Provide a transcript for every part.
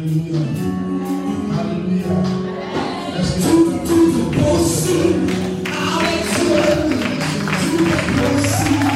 Alléluia. Alléluia. Est-ce que tout est possible avec Dieu? Tout est possible.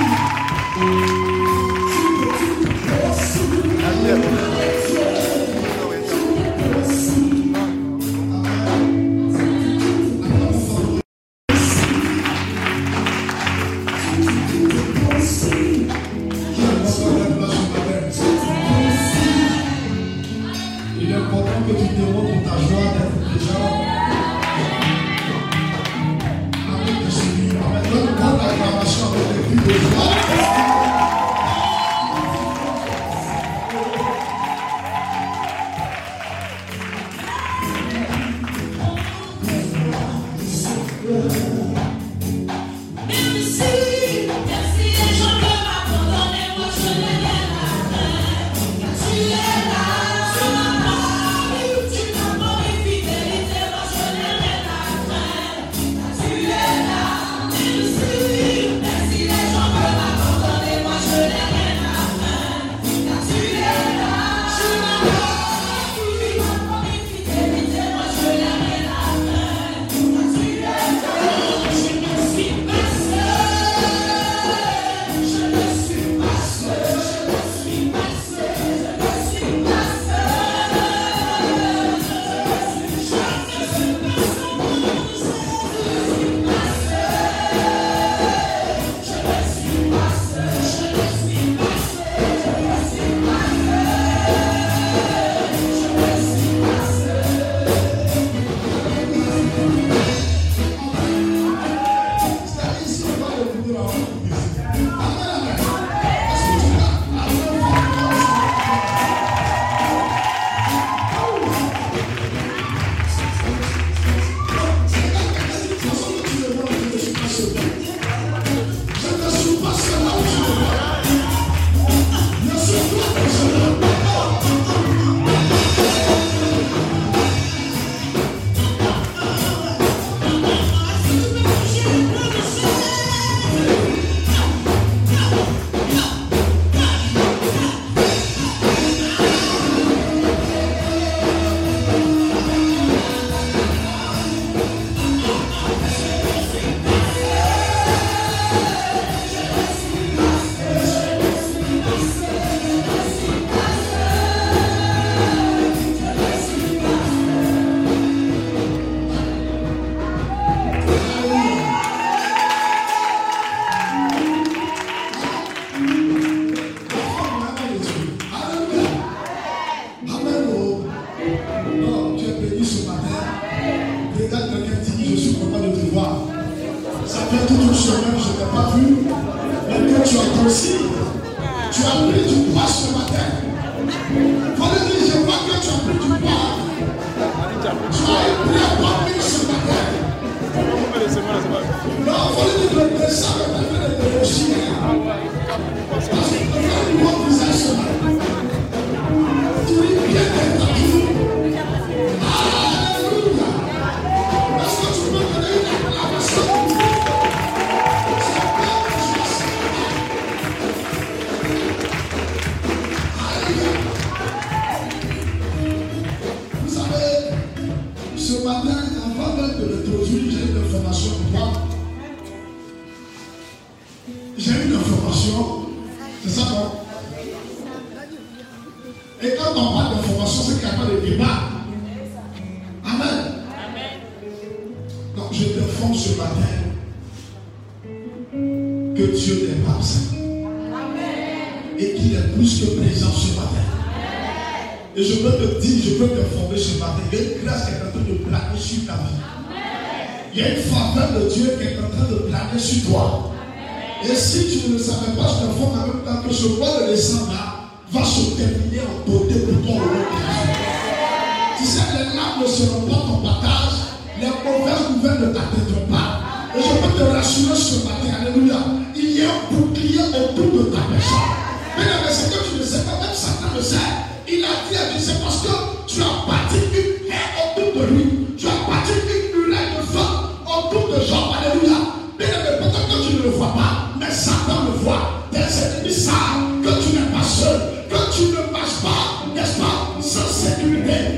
Que tu ne marches pas, n'est-ce pas, sans sécurité.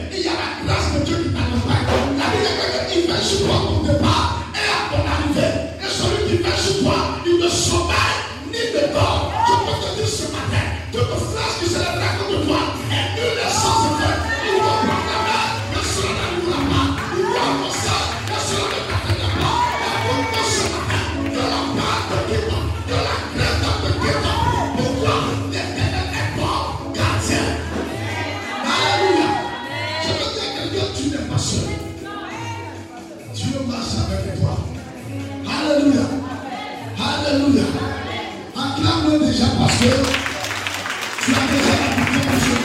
soeur. Dieu marche avec toi. Alléluia. Alléluia. Acclame-le déjà parce que tu as déjà la victoire de ce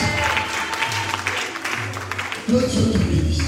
monde. Que Dieu te bénisse.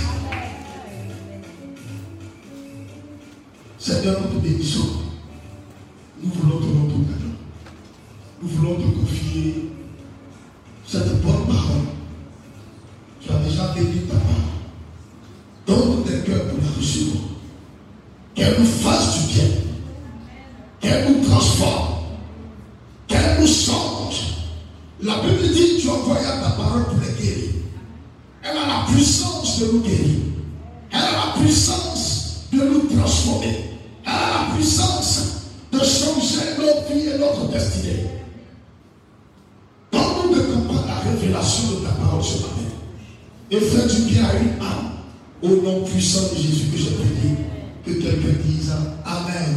Seigneur, nous te bénissons. Nous voulons te rendre maintenant. Nous voulons te confier cette bonne parole. Tu as déjà béni ta parole. Donne tes cœurs pour la recevoir. Qu'elle nous fasse du bien. Qu'elle nous transforme. Qu'elle nous change. La Bible dit tu envoyas ta parole pour les guérir. Elle a la puissance de nous guérir. Elle a la puissance de nous transformer. Elle a la puissance de changer notre vie et notre destinée. Donne-nous de comprendre la révélation de ta parole ce matin. Et fais du bien à une âme. Au nom puissant de Jésus que j'ai prié. Que quelqu'un dise Amen.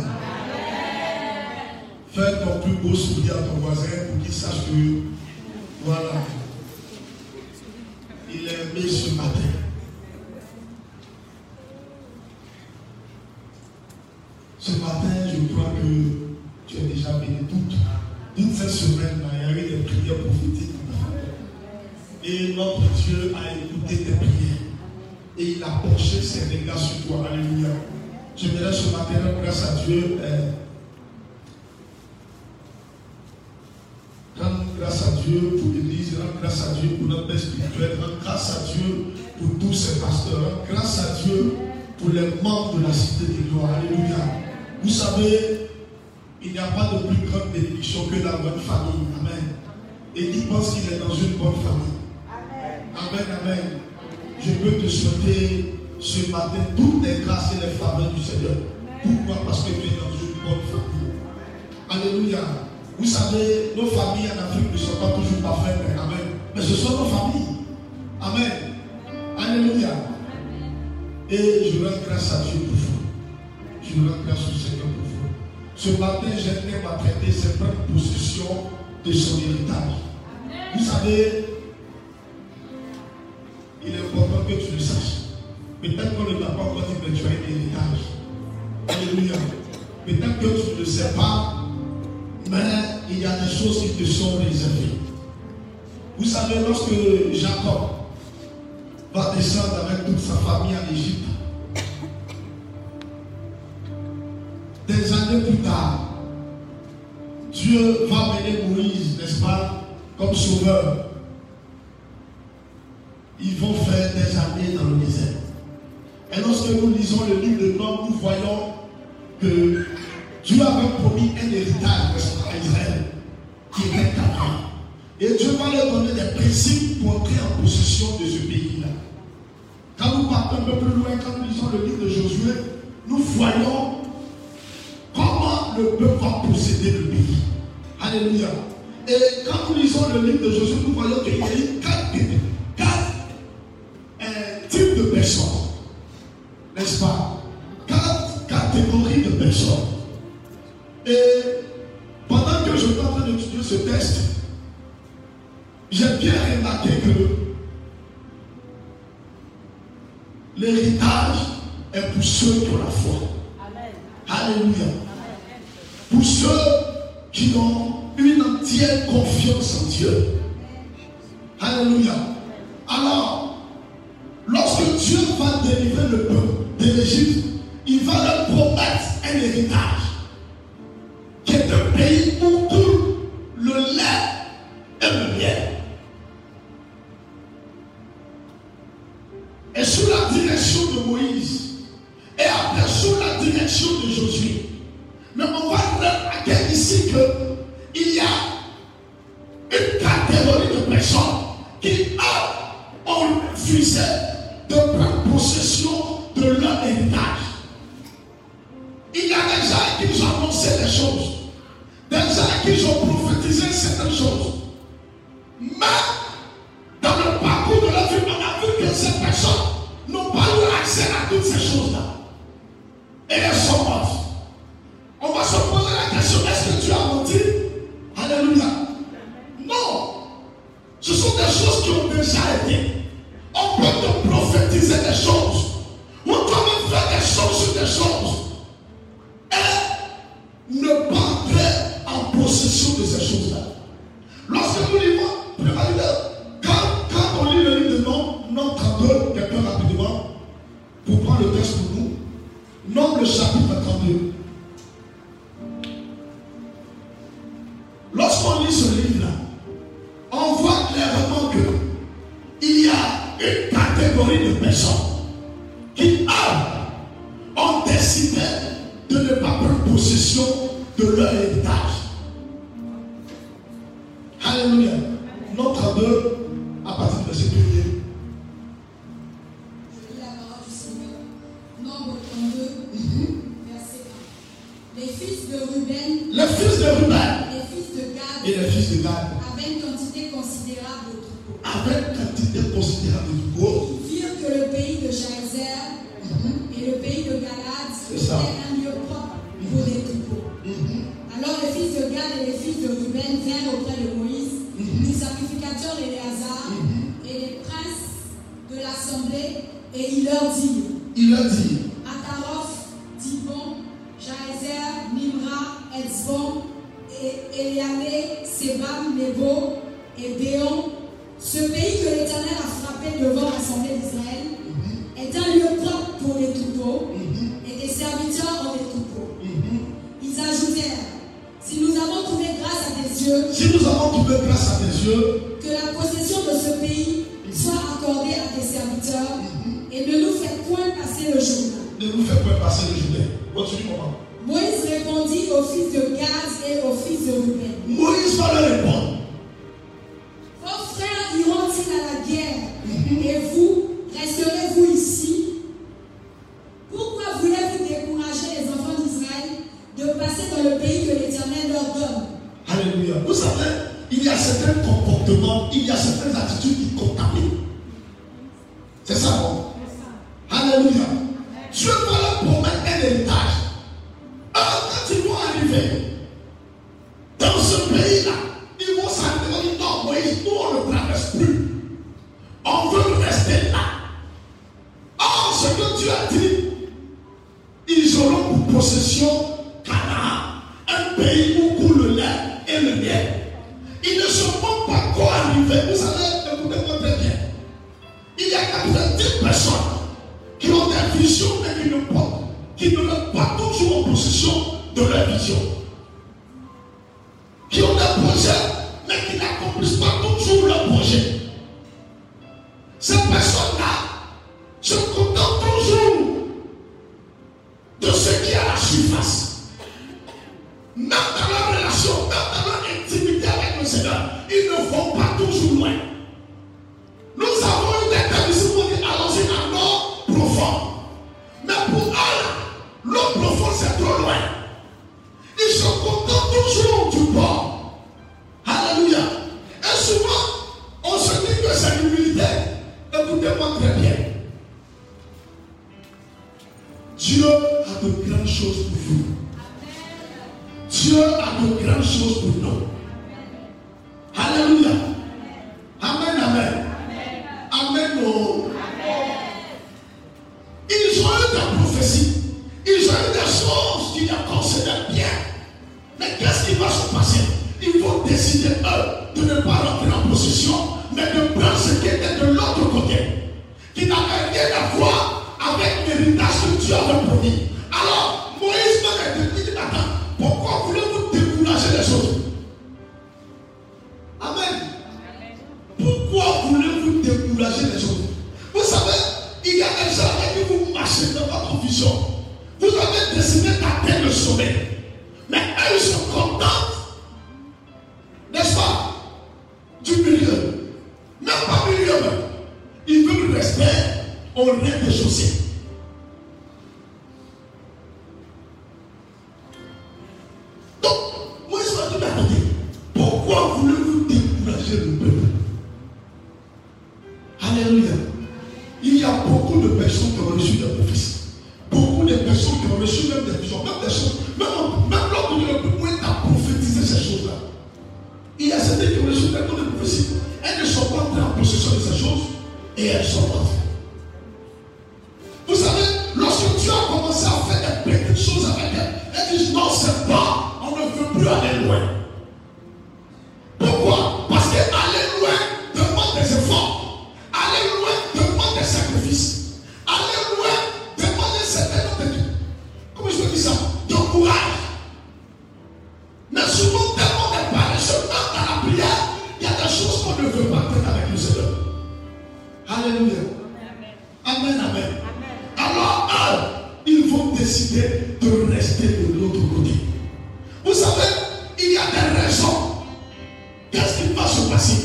Fais ton plus beau sourire à ton voisin pour qu'il sache que voilà, il est aimé ce matin. Ce matin, je crois que tu es déjà béni toute cette semaine. Il y a eu des prières prophétiques. Et notre Dieu a écouté tes prières. Et il a penché ses regards sur toi. Alléluia. J'aimerais ce matin rendre grâce à Dieu. Rendre grâce à Dieu pour l'Église. Rendre grâce à Dieu pour notre père spirituel. Rendre grâce à Dieu pour tous ses pasteurs. Rendre grâce à Dieu pour les membres de la cité de gloire. Alléluia. Vous savez, il n'y a pas de plus grande bénédiction que la bonne famille. Amen. Et qui pense qu'il est dans une bonne famille. Amen, amen. Je peux te souhaiter ce matin toutes les grâces et les faveurs du Seigneur. Pourquoi? Parce que tu es dans une bonne famille. Alléluia. Vous savez, nos familles en Afrique ne sont pas toujours parfaites. Amen. Mais ce sont nos familles. Amen. Alléluia. Et je rends grâce à Dieu pour vous. Je rends grâce au Seigneur pour vous. Ce matin, j'aimerais m'apprêter cette prendre possession de son héritage. Vous savez, il est important que tu le saches. Peut-être qu'on ne t'a pas encore dit que tu as un héritage. Alléluia. Peut-être que tu ne le sais pas, mais il y a des choses qui te sont réservées. Vous savez, lorsque Jacob va descendre avec toute sa famille en Égypte, des années plus tard, Dieu va mener Moïse, n'est-ce pas, comme sauveur. Ils vont faire des années dans le désert. Et lorsque nous lisons le livre de Nombre, nous voyons que Dieu avait promis un héritage à Israël qui était Canaan. Et Dieu va leur donner des principes pour entrer en possession de ce pays-là. Quand nous partons un peu plus loin, quand nous lisons le livre de Josué, nous voyons comment le peuple va posséder le pays. Alléluia. Et quand nous lisons le livre de Josué, nous voyons qu'il y a eu quatre types de personnes. N'est-ce pas? 4 catégories de personnes. Et pendant que je suis en train d'étudier ce texte, j'ai bien remarqué que l'héritage est pour ceux qui ont la foi. Amen. Alléluia. Amen. Pour ceux qui ont une entière confiance en Dieu. Alléluia. Alors, lorsque Dieu va délivrer le peuple de l'Égypte, il va leur promettre un héritage qui est un pays où coule le lait et le miel. Et sous la direction de Moïse, et après sous la direction de Josué. Mais on va remarquer ici qu'il y a une catégorie de personnes qui ont refusé de prendre possession de leur héritage. Il y a des gens qui ont annoncé des choses, des gens qui ont prophétisé certaines choses. Mais dans le parcours de la vie, on a vu que ces personnes n'ont pas eu accès à toutes ces choses-là. Et elles sont mortes. On va se poser la question, est-ce que tu as menti? Alléluia. Non. Ce sont des choses qui ont déjà été. On peut te prophétiser prophétiser des choses, ou toi-même faire des choses sur des choses, et ne pas entrer en possession de ces choses-là. Lorsque nous lisons, quand on lit le livre de Nombre 32, quelqu'un rapidement, pour prendre le texte pour nous, Nombre le chapitre 32. Lorsqu'on lit ce livre-là, on voit clairement qu'il y a une catégorie de personnes qui ont décidé de ne pas prendre possession de leur héritage. Alléluia. Nombre 32, à partir du verset 1er. Je lis la parole du Seigneur. Nombre 32, verset 1. Les fils de Ruben, les fils de Ruben, les fils de Gad, et les fils de Gad, avaient une quantité considérable de troupeaux. avec quantité considérable de troupeaux, Virent que le pays de Jaézer et le pays de Galad étaient un lieu propre pour les troupeaux. Alors les fils de Gad et les fils de Ruben vinrent auprès de Moïse, du sacrificateur Éléazar et les princes de l'assemblée, et il leur dit, Ataroth, Dibon, Jaézer, Nimra, Etzbon, Eliané, Sebam, Nebo et Béon, ce pays que l'Éternel a frappé devant l'assemblée d'Israël est un lieu propre pour les troupeaux, et des serviteurs ont des troupeaux. Ils ajoutèrent, si nous avons trouvé grâce à tes yeux, que la possession de ce pays soit accordée à tes serviteurs, et ne nous fais point passer le jour-là. Continue comment? Moïse répondit aux fils de Gad et aux fils de Ruben. Moïse va leur répondre. Vos frères iront-ils à la guerre, et vous, resterez-vous ici? Pourquoi voulez-vous décourager les enfants d'Israël de passer dans le pays que l'Éternel leur donne? Alléluia. Vous savez, il y a certains comportements, il y a certaines attitudes qui contaminent. C'est ça, non? Alléluia. Dieu va leur promettre un héritage. Alors, quand ils vont arriver dans ce pays-là, ils vont s'arrêter. Non, Moïse, nous on ne traverse plus. On veut rester là. Or, ce que Dieu a dit, ils auront pour possession Canaan, un pays où coule le lait et le miel. Ils ne sont pas encore arrivés. Vous savez, écoutez-moi très bien. Il y a 90 personnes qui ont des visions, mais qui ne mettent pas toujours en possession de leur vision. Qui ont des projets, mais qui n'accomplissent pas toujours leur projet. Ces personnes-là se contentent toujours de ce qui est à la surface. Même dans leur relation, même dans leur intimité avec le Seigneur, ils ne vont pas toujours loin. Nous avons eu des établissements pour dire allons-y à l'eau profonde. Mais pour eux, l'eau profonde c'est trop loin. Ils se contentent toujours du bord. Alléluia. Et souvent, on se dit que c'est l'humilité. Écoutez-moi très bien. Dieu a de grandes choses pour vous. Dieu a de grandes choses pour nous. Alléluia. Amen, amen. Amen. Oh. Ils ont eu des prophéties. Ils ont eu des choses qui les concernaient bien. Mais qu'est-ce qui va se passer? Ils vont décider, eux, de ne pas rentrer en possession, mais de prendre ce qui était de l'autre côté, qui n'avait rien à voir avec l'héritage que Dieu avait promis. Alors, Moïse me dit, attends, pourquoi voulez-vous décourager les choses? Amen. Pourquoi voulez-vous décourager les choses? Vous savez, il y a des gens avec qui vous marchez dans votre vision. Vous avez décidé d'atteindre le sommet. Mais eux, ils sont contents, n'est-ce pas, du milieu. Même pas milieu, même. Ils veulent rester au rez-de-chaussée. Donc, moi, je vais te demander, pourquoi voulez-vous décourager le peuple? Alléluia. Il y a beaucoup de personnes qui ont reçu des prophéties. Beaucoup de personnes qui ont reçu même des visions, même des choses. Même l'autre ne peut pas prophétiser ces choses-là. Il y a certains qui ont reçu tellement de prophéties. Elles ne sont pas entrées en possession de ces choses et elles sont mortes. Amen, amen. Alors, ils vont décider de rester de l'autre côté. Vous savez, il y a des raisons. Qu'est-ce qui va se passer?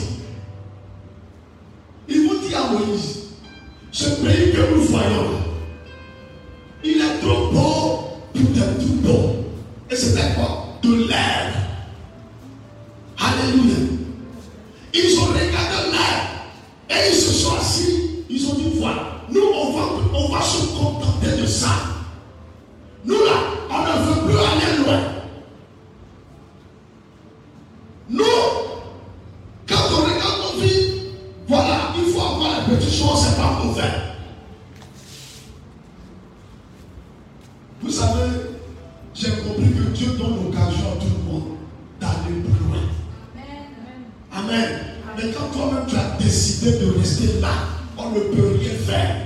Ils vont dire à Moïse, ce pays que nous voyons là, il est trop beau pour des troupeaux. Et c'était quoi? De l'herbe. Alléluia. Ils ont regardé l'herbe et ils se sont assis. Ils ont dit, voilà, nous on va se contenter de ça. Nous là, on ne veut plus aller loin. Nous, quand on regarde nos vies, voilà, il faut avoir les petites choses, c'est pas mauvais. Vous savez, j'ai compris que Dieu donne l'occasion à tout le monde d'aller plus loin. Amen. Mais quand toi-même tu as décidé de rester là, on ne peut rien faire.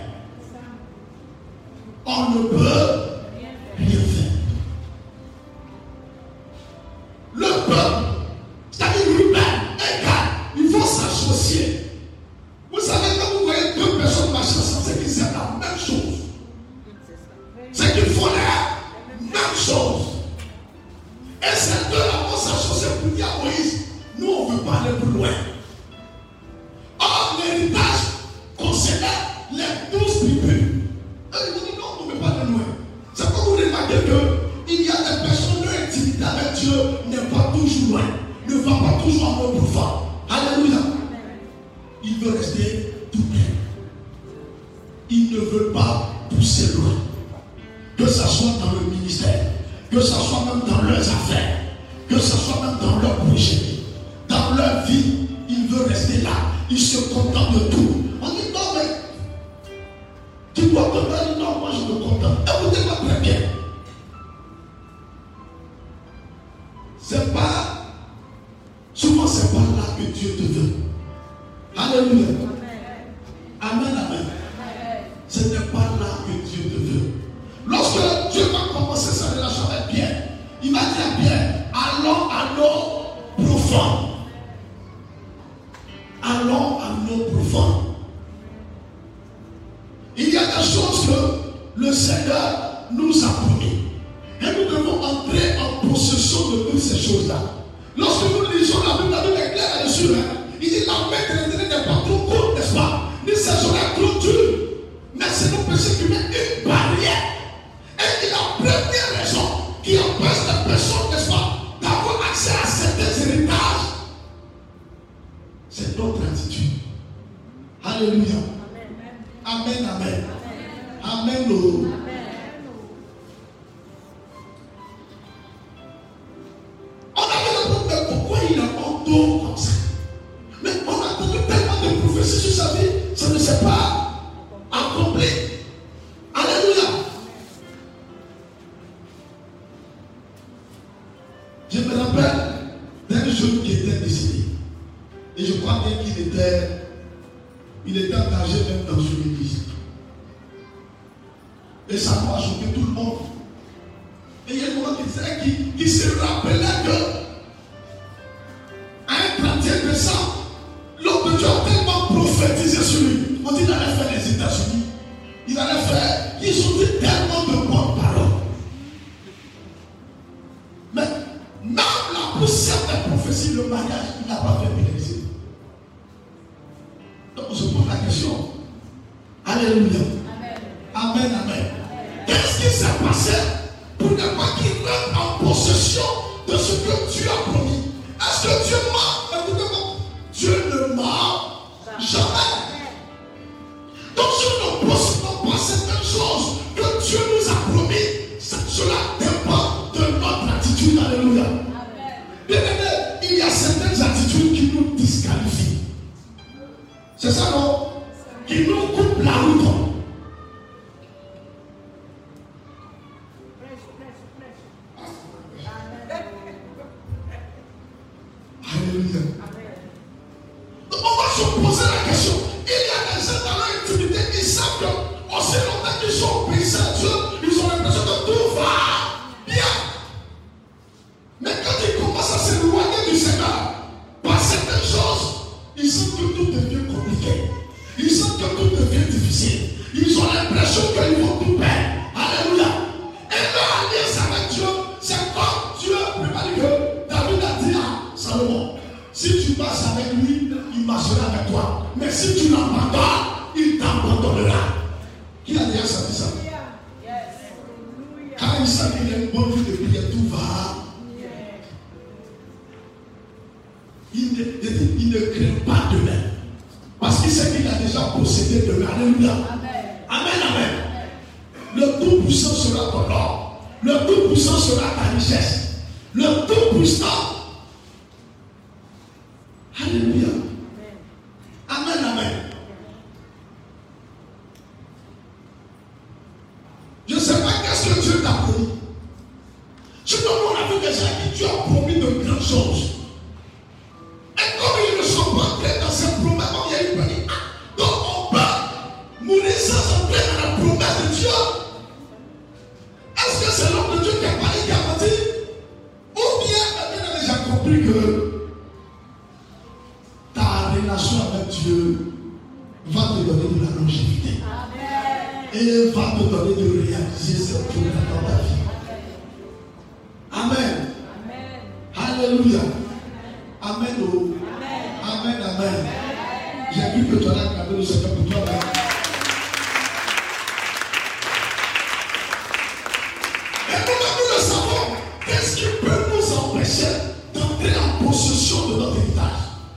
On ne peut rien faire. Le peuple, c'est-à-dire Ruben et Gad, ils vont s'associer. Vous savez, quand vous voyez deux personnes marcher ensemble, c'est qu'ils aiment la même chose. C'est qu'ils font la même chose. Et ces deux-là vont s'associer pour dire à Moïse, nous on ne veut pas aller plus loin. Or, l'héritage concernait les 12 tribus. Et ils vont dire, non, on ne veut pas aller loin. C'est comme vous remarquez qu'il y a des personnes leur intimité avec Dieu n'est pas toujours loin, ne va pas toujours en mode profond. Alléluia. Il veut rester tout près. Il ne veut pas pousser loin. Que ce soit dans le ministère, que ce soit même dans leurs affaires, que ce soit même dans leur projet, dans leur vie, il veut rester là. Il se contente de tout. On dit non, mais tu dois te dire non, moi je me contente. Écoutez-moi très bien. C'est pas, souvent c'est pas là que Dieu te veut. Alléluia. Amen, amen. Ce n'est pas là que Dieu te veut. Lorsque Dieu va commencer sa relation avec Pierre, il va dire à Pierre, allons à l'eau profonde. Allons à l'eau profonde. Il y a des choses que le Seigneur nous a promis. Et nous devons entrer en possession de toutes ces choses-là. Lorsque nous lisons la Bible est claire là-dessus. Il dit la main de l'Éternel n'est pas trop courte, n'est-ce pas? Ni ses oreilles trop dures. Mais c'est nos péchés qui mettent une barrière. Et il a première raison qui empêche les personnes, n'est-ce pas, d'avoir accès à certains héritages. C'est notre attitude. Alléluia. Amen, amen. Amen. Amen. On avait le problème, pourquoi il a entendu comme ça? Mais on a entendu tellement de prophéties sur sa vie, ça ne s'est pas accompli. Alléluia. Je me rappelle d'un jeune qui était décédé. Et je crois bien qu'il était engagé même dans une église. Et ça m'a choqué tout le monde. Et il y a un moment qui se rappelait que à un 31 décembre, l'homme de Dieu a tellement prophétisé sur lui. On dit qu'il allait faire les États-Unis. Il allait faire. Ils ont dit tellement de bonnes paroles. Mais même la poussière des prophéties, le mariage, il n'a pas fait réaliser. Donc on se pose la question. Alléluia. Amen, amen. Qu'est-ce qui s'est passé pour ne pas qu'il rentre en possession de ce que Dieu a promis? Est-ce que Dieu ment? Écoutez-moi, Dieu ne ment jamais. Donc si nous ne possédons pas certaines choses que Dieu nous a promis, cela dépend de notre attitude. Alléluia. Bien aimé, il y a certaines attitudes qui nous disqualifient. C'est ça, non? Qui nous coupent la route. Alléluia. Donc on va se poser la question. sûr qu'ils vont tout perdre. Alléluia. Et leur alliance avec Dieu, c'est comme Dieu prépare que David a dit à Salomon, si tu marches avec lui, il marchera avec toi. Mais si tu l'abandonnes, il t'abandonnera. Qui a déjà senti ça? Quand il sent qu'il a une bonne vie de prière, tout va. Il ne craint pas demain. Parce qu'il sait qu'il a déjà possédé demain. Alléluia. Amen, amen. Le Tout-Puissant sera ton or. Le Tout-Puissant sera ta richesse. Le Tout-Puissant. Alléluia. Amen, amen. Je ne sais pas qu'est-ce que Dieu t'a promis. Sinon, on a vu des gens qui Dieu a promis de grandes choses. Et comme ils ne sont pas entrés dans cette promesse, comme il y a eu panique, donc on peut mourir sans entrer dans la promesse de Dieu. Est-ce que c'est l'homme de Dieu qui a parlé, qui a menti? Ou bien, il a déjà compris que ta relation avec Dieu va te donner de la longévité. Et va te donner de réaliser cette promesse dans ta vie. Amen. Alléluia. Amen. Oh. Amen. Amen. J'ai vu que tu as regardé le Seigneur pour toi. Et nous le savons. Qu'est-ce qui peut nous empêcher d'entrer en possession de notre héritage?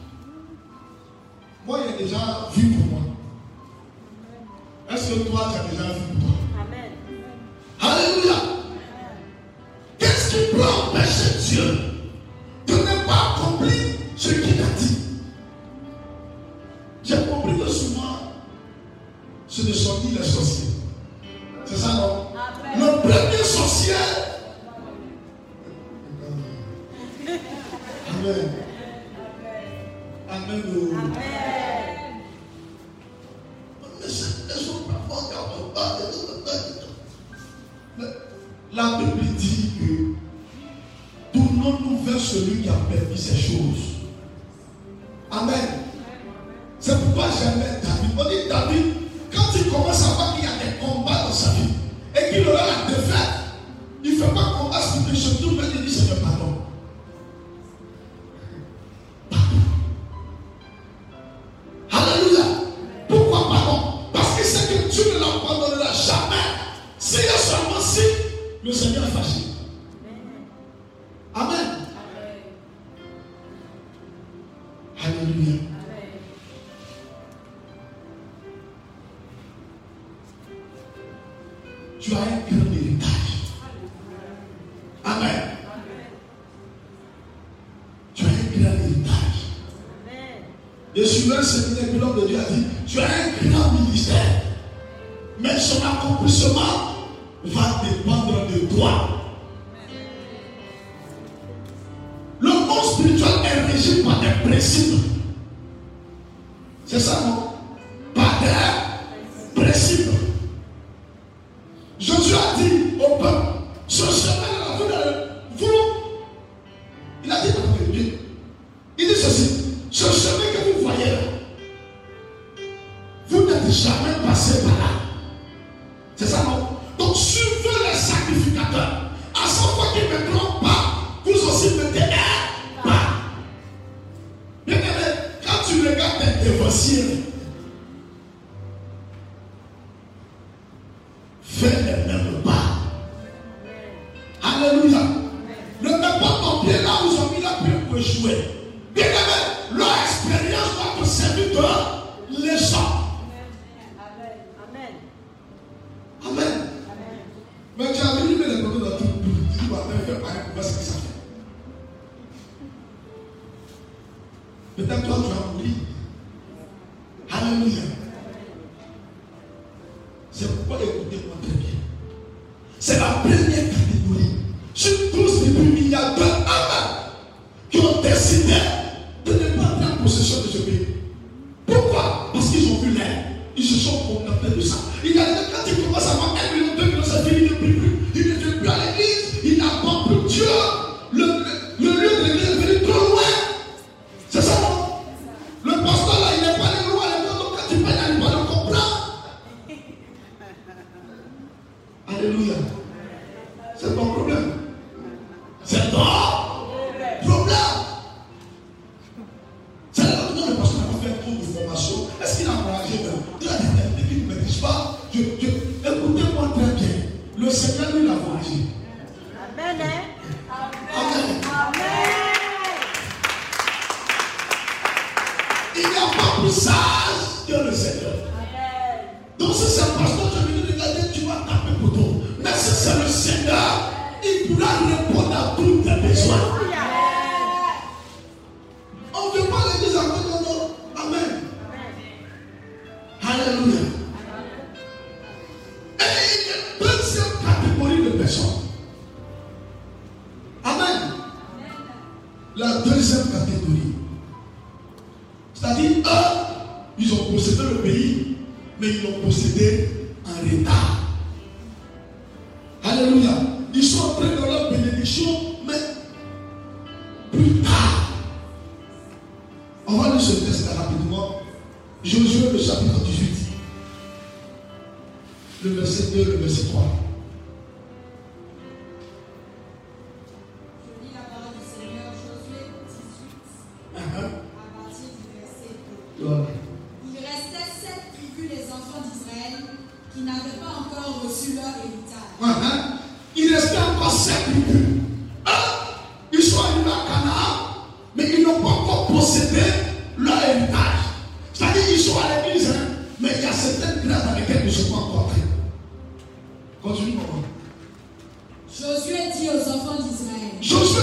Moi, il a déjà vu pour moi. Est-ce que toi, tu as déjà vu pour toi? Amen. Alléluia. Qu'est-ce qui peut empêcher Dieu de ne pas accomplir ce qu'il a dit? J'ai compris que souvent, ce ne sont ni les sorciers. C'est ça, non? Amen. Le premier sorcier. Amen. Amen. Amen. La Bible dit que tournons-nous vers celui qui a permis ces choses. Amen. C'est pourquoi j'aimais David. On dit David, quand il commence à voir qu'il y a des combats dans sa vie et qu'il aura la défaite, il ne fait pas combat spirituel, surtout quand il dit Seigneur, pardon. Alléluia. Pourquoi pardon? Parce qu'il sait que Dieu ne l'abandonnera jamais. C'est seulement si le Seigneur est fâché. Amen. Alléluia. Tu as un grand héritage. Amen. Tu as un grand héritage. Et sur un séminaire que l'homme de Dieu a dit, tu as un grand ministère. Mais son accomplissement va dépendre de toi. Le monde spirituel est régi par des principes. C'est ça, non? Par des principes. Jésus a dit au peuple, ce chemin vous, il a dit dans le Dieu. Il dit ceci, ce chemin que vous voyez là, vous n'êtes jamais passé par là. C'est ça, non? Donc suivez les sacrificateurs. À chaque fois qu'ils ne mettront pas, vous aussi mettez un pas. Bien aimé, quand tu regardes tes dévotiers, fais les mêmes pas. Alléluia. Ne mets pas ton pied là où ils ont mis la pied pour échouer. Bien aimé, leur expérience va te servir de leçon. Amen. Mais tu as vu les problèmes dans tout le monde. Tu vas faire pareil pour voir ce que ça fait. Peut-être toi tu as oublié. Alléluia. C'est pourquoi écoutez-moi très bien. C'est la première catégorie. Sur tous les plus, il y a 2 hommes qui ont décidé de ne pas entrer en possession de ce pays. Pourquoi? Parce qu'ils ont vu l'air. Ils se sont contentés de ça. Il y a des quand il commence à avoir 1 million, 2 millions, ça fait, il ne prie plus. Il ne vient plus à l'église. Il n'aborde plus Dieu. Le lieu de l'église est venu trop loin. C'est ça, non? Le pasteur là, il n'est pas allé loin. Donc quand il parle, il va le comprendre. Alléluia. C'est ton problème. C'est ton problème. C'est là que le pasteur a fait un cours de formation. Est-ce qu'il a encouragé même? Il a dit, qu'il ne maîtrise pas. Écoutez-moi très bien. Le Seigneur lui l'a encouragé. Amen. Amen. Amen. Il n'y a pas plus sage que le Seigneur. Amen. Donc si c'est un pasteur, tu viens de regarder, tu vas taper pour toi. Mais si c'est le Seigneur, il pourra répondre à tous tes besoins. On ne veut pas l'église à côté de nous. Amen. Alléluia. Et il y a une deuxième catégorie de personnes. Amen. La deuxième catégorie. C'est-à-dire, eux, ils ont possédé le pays, mais ils l'ont possédé en retard. Alléluia. Ils sont entrés dans leur bénédiction, mais plus tard. On va lire ce texte rapidement. Josué, le chapitre 18. Le verset 2, le verset 3. Je lis la parole du Seigneur, Josué 18, à partir du verset 2. Il restait 7 tribus des enfants d'Israël qui n'avaient pas encore reçu leur héritage. Il restait encore 7 tribus. Ils sont arrivés à Canaan, mais ils n'ont pas encore possédé leur héritage. C'est-à-dire qu'ils sont à l'église, mais il y a certaines grâces dans lesquelles ils ne sont pas encore entrés. Continue, maman. Josué dit aux enfants d'Israël.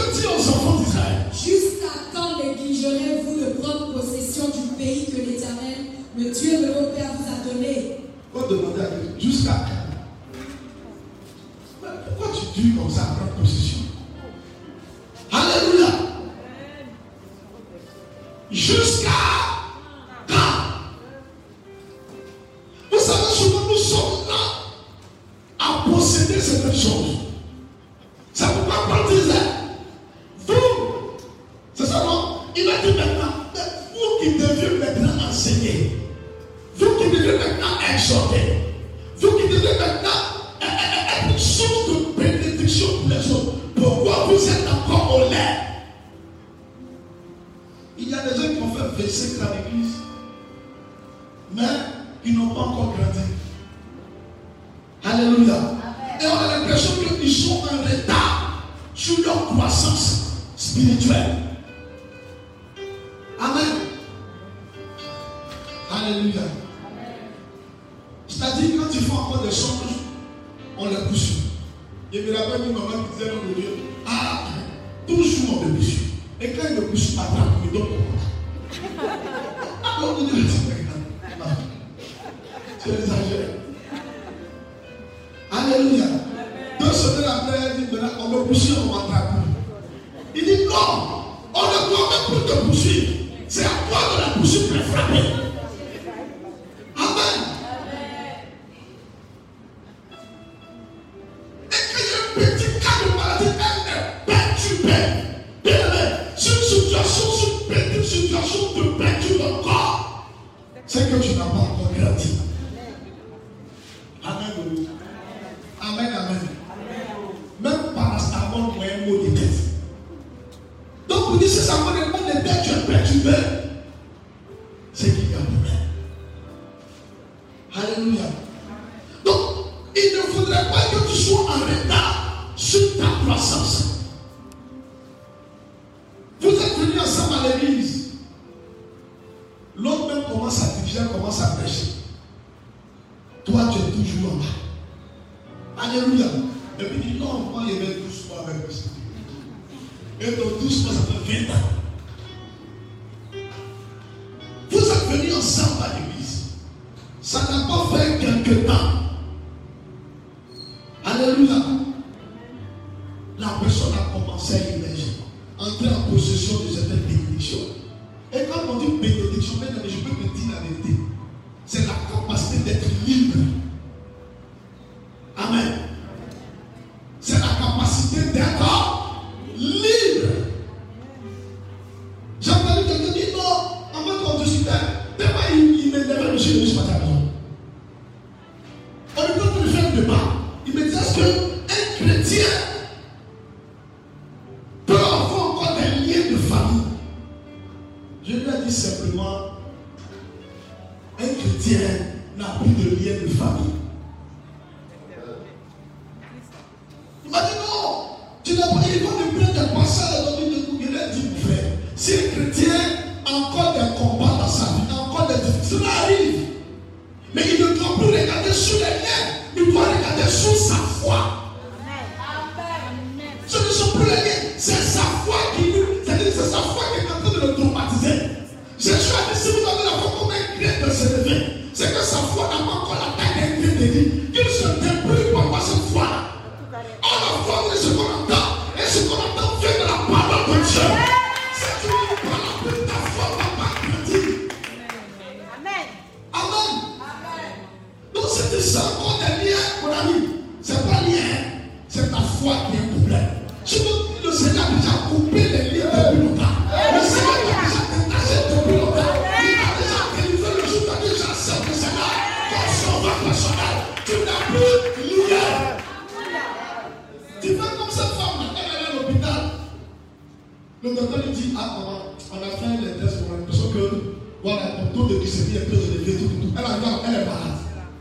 Jusqu'à quand négligerez-vous de prendre possession du pays que l'Éternel, le Dieu de vos pères, vous a donné? On demandait à Dieu, jusqu'à quand? Mais pourquoi tu dis comme ça à prendre possession? Alléluia. Jusqu'à quand? Vous savez, souvent nous sommes là à posséder certaines choses. C'est pourquoi Paul disait, vous, c'est ça non? Il a dit maintenant, vous qui devez maintenant enseigner, vous qui devez maintenant exhorter, vous qui devez maintenant être une source de bénédiction pour les autres, pourquoi vous êtes encore au lait? Il y a des gens qui ont fait 25 ans à l'église, mais ils n'ont pas encore grandi. Alléluia. Et on a l'impression qu'ils sont en retard sur leur croissance spirituelle. Amen. Alléluia. C'est-à-dire, quand ils font encore des choses, on les pousse. Et me rappelle une maman qui disait dans le Dieu, toujours on me pousse. Et quand il ne pousse pas, il me donne pour moi. Alors, il dit, tu exagères. Alléluia. 2 semaines après, il dit, on me poursuit, on m'attrape. Il dit, non, on ne doit même plus te poursuivre. C'est à toi de la poursuivre pour frapper. Amen. Et qu'il y ait un petit cas de maladie, elle est perturbée. Bien-aimé, c'est une situation te perturbe encore. C'est que tu n'as pas encore grandi. Amen. Amen, amen. Même parastamol, moi, un mot de tête. Donc, vous dites, si ça me demande de tête, tu es perturbé. C'est qu'il y a un problème. Alléluia. Donc, il ne faudrait pas que tu sois en retard sur ta croissance. Vous êtes venus ensemble à l'église. L'autre même commence à diviser, commence à prêcher. Toi, tu es toujours en bas. Alléluia. Et puis il dit non, moi il y avait doucement avec le Seigneur. Et donc doucement, ça fait 20 ans. Vous êtes venus ensemble à l'église. Ça n'a pas fait quelque temps. Alléluia. La personne a commencé à émerger, entrer en possession de certaines bénédictions. Et quand on dit bénédiction, je peux te dire la vérité. C'est la capacité d'être libre. Amen. C'est la capacité d'être libre. quelque part. Il me dit, est-ce qu'un chrétien peut avoir encore des liens de famille? Je lui ai dit simplement, un chrétien n'a plus de liens de famille. Il m'a dit non, tu n'as pas, il va me prendre des passages dans une de. Il a dit, mon frère, si un chrétien a encore des combats dans sa vie, encore des difficultés, cela arrive. Mais il ne doit plus regarder sur les liens, il doit regarder sur sa foi. Ce ne sont plus les liens, c'est sa foi qui nous, c'est-à-dire c'est sa foi qui est en train de le traumatiser. Jésus a dit, si vous avez la foi comme un grain de s'élever, c'est que sa foi n'a pas encore la taille d'un grain de vie, qu'il se débrouille pour avoir cette foi-là. On a foi de ce qu'on entend, et ce qu'on entend vient de la parole de Dieu. C'est que tu ne parles plus de ta foi, va pas grandir. Amen. Amen. Donc c'est ça encore des liens, mon ami. C'est pas lien, c'est ta foi qui est un problème. Le Seigneur a déjà coupé les liens depuis longtemps. Le Seigneur a déjà détaché depuis longtemps. Il a déjà délivré le jour, il a déjà servi le Seigneur comme sauveur personnel. Tu n'as plus lien. Tu fais comme cette femme, elle est à l'hôpital. Le docteur lui dit, ah maman, on a fait les tests, on a l'impression que voilà, ton taux de glycémie est plus élevé, tout. Elle est malade.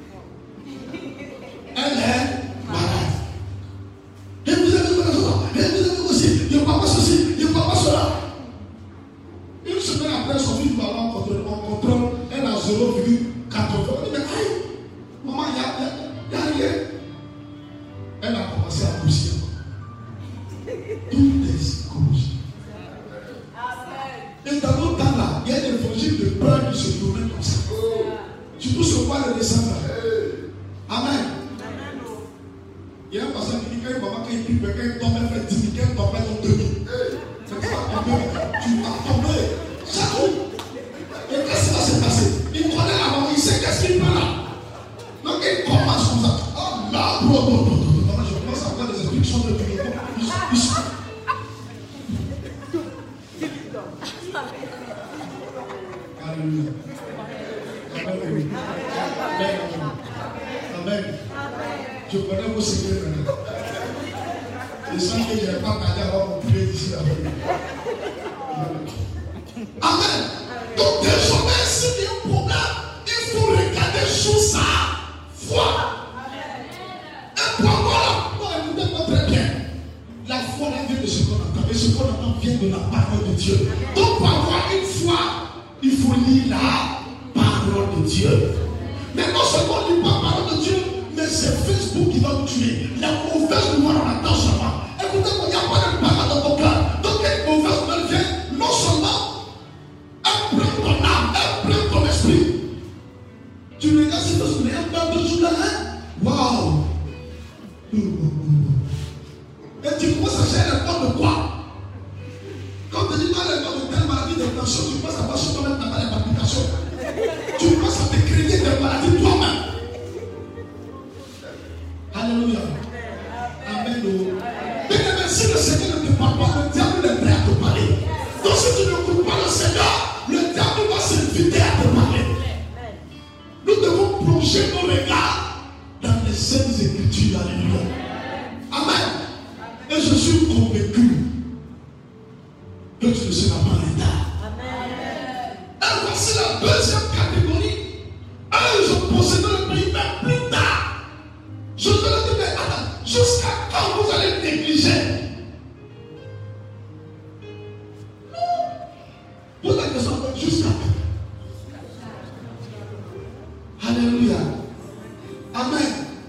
Elle est malade. Et vous avez quoi ça? Et vous avez aussi, il n'y a pas ceci, il n'y a pas cela. Une semaine après, son fils va avoir un contrôle, elle a 0,80. On dit, mais aïe, maman, il n'y a rien. Elle a commencé à pousser. Toutes les causes. Et dans notre temps là, il y a des évangiles de peur qui se tournent comme ça. Surtout sur quoi le descendre. Amen. Il y a un passage qui dit quand une maman qui prie, quelqu'un tombe, elle fait 10 000, quelqu'un tombe, elle tombe 2 000. Tu vas tomber. Chaque jour. Et qu'est-ce qui va se passer? Il connaît la maman, il sait qu'est-ce qu'il peut là. Donc il commence comme ça. Oh là, bro. Je commence à avoir des instructions de Dieu. Alléluia. Amen. Je connais vos secrets maintenant. Je sens que je n'ai pas gardé avant mon prier d'ici là. Amen. Donc désormais, s'il y a un problème, il faut regarder sur sa foi. Un point voilà. Non, écoutez-moi très bien. La foi vient de ce qu'on entend. Et ce qu'on entend vient de la parole de Dieu. Donc pour avoir une foi, il faut lire la parole de Dieu. Mais non seulement lire la parole de Dieu, mais c'est Facebook qui va vous tuer. La mauvaise nouvelle, on attend seulement. Écoutez-moi, il n'y a pas de parole dans ton cœur. Donc une mauvaise nouvelle vient, non seulement elle prend ton âme, elle prend ton esprit. Tu regardes si Facebook, elle prend toujours là, hein? Waouh! Et tu commences à chercher les corps de quoi? Quand tu dis pas les corps de telle maladie de tension, tu penses à pas sur toi-même, tu n'as pas les palpitations. Tu penses à te créer des maladies toi-même. Alléluia. Amen. Mais si le Seigneur ne te parle pas, le diable est prêt à te parler. Donc si tu n'écoutes pas le Seigneur, le diable va s'inviter à te parler. Nous devons plonger nos regards dans les saintes écritures. Alléluia. Amen. Et je suis convaincu que tu ne seras pas en état. Et voici la deuxième catégorie. Ils ont possédé le pays, mais plus tard. Je te le dis, mais attends, jusqu'à quand vous allez négliger? Non. Pose la question, jusqu'à quand? Alléluia. Amen.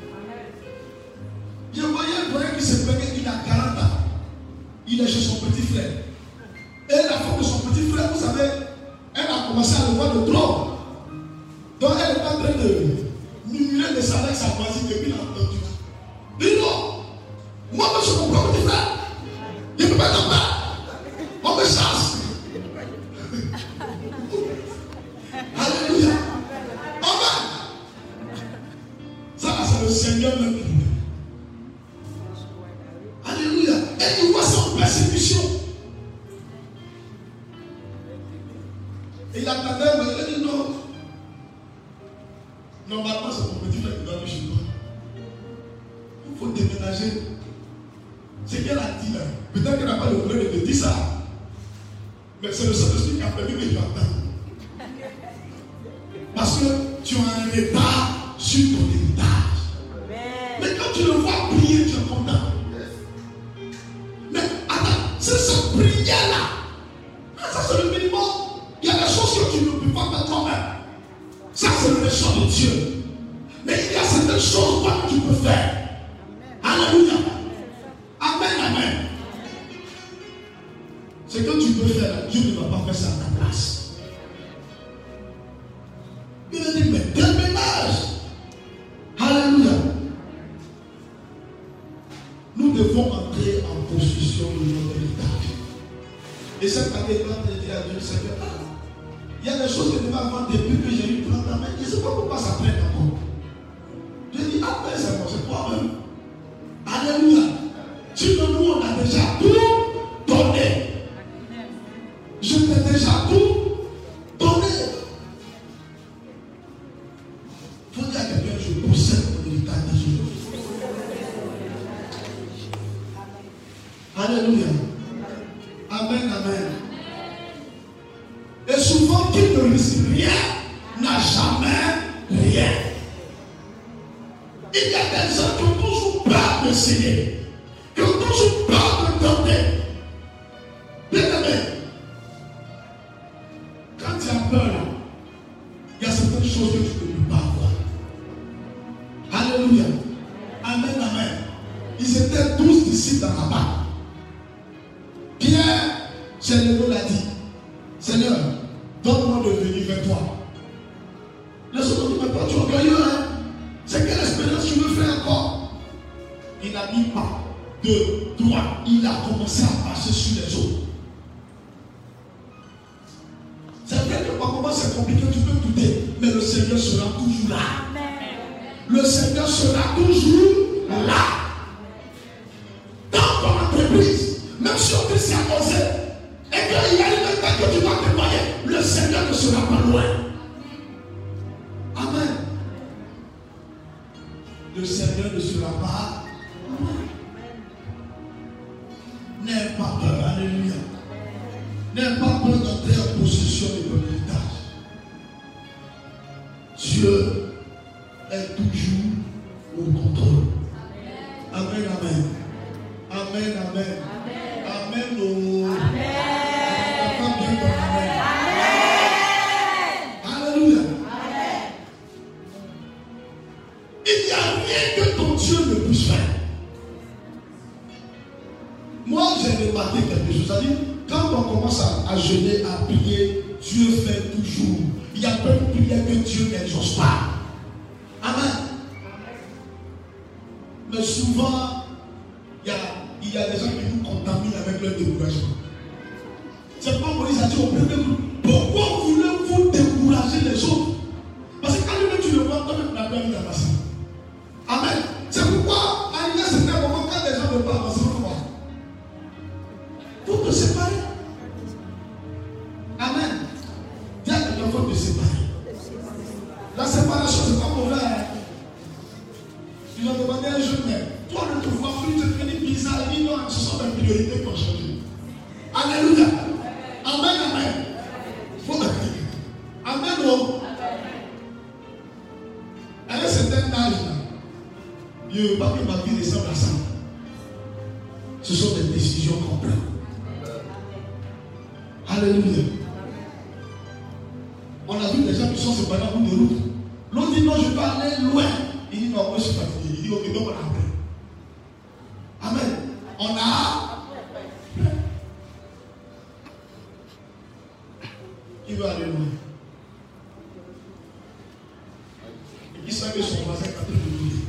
Je voyais un voyant qui se plaignait, il a 40 ans. Il est chez son petit frère. Et la femme de son petit frère, vous savez, elle a commencé à le voir de trop. Donc elle est en train de murmurer de sa langue, sa voisine depuis longtemps. Dis non, moi je suis mon propre petit frère. Il ne peut pas être père. On me chasse. Alléluia. Amen. Ça, c'est le Seigneur même. Alléluia. Et il voit ça en persécution. Et il attendait, mais il a dit non. Normalement, c'est mon petit frère qui doit aller chez toi. déménager. C'est qu'elle a dit là. Peut-être qu'elle n'a pas le courage de te dire ça. Mais c'est le Saint-Esprit qui a permis que tu entends. Parce que tu as un retard sur ton héritage. Mais quand tu le vois prier, tu es content. Mais attends, c'est cette prière-là. Ça c'est le minimum. Il y a des choses que tu ne peux pas faire toi-même. Ça c'est le méchant de Dieu. Mais il y a certaines choses que tu peux faire. Alléluia. Amen, amen. Ce que tu peux faire, Dieu ne va pas faire ça à ta place. Il a dit, mais quel ménage. Alléluia. Nous devons entrer en possession de notre héritage. Et cette année, quand tu dis à Dieu, Seigneur, il y a des choses que je vais avoir depuis que j'ai eu 30 ans, mais je ne sais pas pourquoi ça traîne encore. Je dis, après, c'est toi-même. Alléluia. Sinon, nous, on a déjà tout donné. Je t'ai déjà tout donné. Il faut dire à quelqu'un, je possède mon héritage de Jésus. Alléluia. Amen, amen. Et souvent, qui ne risque rien n'a jamais rien. Il y a des gens qui ont toujours peur de s'aider, qui ont toujours peur de tenter. Bien aimé, quand tu as peur, il y a certaines choses que tu ne peux pas avoir. Alléluia. Amen, amen. Ils étaient 12 disciples dans la barque. Pierre, Seigneur l'a dit, Seigneur, donne-moi de venir vers toi. Les autres ont dit, mais toi tu es orgueilleux, hein? C'est quelle expérience tu veux faire encore? Il n'a mis pas de droit. Il a commencé à marcher sur les autres. C'est vrai que par moment c'est compliqué, tu peux douter, mais le Seigneur sera toujours là. Le Seigneur sera toujours là. Dans ton entreprise, même si on te s'est imposé, et qu'il y a une étape que tu dois témoigner, le Seigneur ne sera pas loin. Amen. Le Seigneur ne sera pas loin. N'aie pas peur, alléluia. N'aie pas peur d'entrer en possession de ton héritage. Dieu est toujours au contrôle. Amen, amen. Amen, amen. Amen. Oh. Amen. Alléluia. Il n'y a rien que ton Dieu ne puisse faire. Moi, j'ai remarqué quelque chose. C'est-à-dire, quand on commence à jeûner, à prier, Dieu fait toujours. Il y a plein de prières que Dieu n'exauce pas. Amen. Mais souvent, il y a des gens qui nous contaminent avec leur découragement. C'est pourquoi Moïse a dit au premier groupe, pourquoi voulez-vous décourager les autres? Parce que quand même tu le vois, toi-même tu n'as pas envie d'avancer. Amen. C'est pourquoi, à un certain moment, quand les gens ne veulent pas avancer, il faut te séparer. Amen. Dis à quelqu'un, il faut te séparer. La séparation, c'est pas mauvais. Tu vas demander à un jeune mec, toi ne te vois plus, tu te fais bizarre, il dit non, ce sont des priorités qui ont changé. Alléluia. Amen, amen. Il faut t'appliquer. Amen, non. À un certain âge, il ne veut pas que ma vie ressemble à ça. Ce sont des décisions qu'on prend. Alléluia. On a vu des gens qui sont séparés en bout de route. L'autre dit non, je vais aller loin. Il dit non, moi je suis fatigué. Il dit ok, donc on a appris. Amen. On a. Qui veut aller loin? Et qui sait que son voisin est en train de rouler?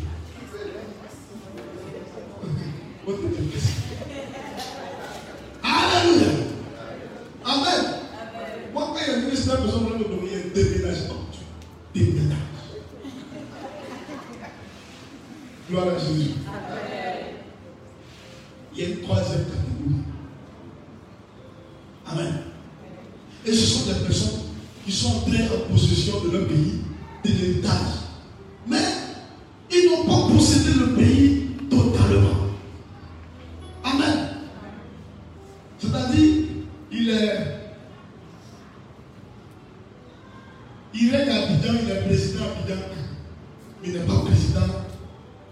Alléluia. Amen. Moi, quand il y a un ministère qui a besoin de donner un déménagement, déménage. Gloire à Jésus. Il y a une troisième catégorie. Amen. Et ce sont des personnes qui sont entrées en possession de leur pays, de l'héritage. Mais ils n'ont pas possédé le pays totalement.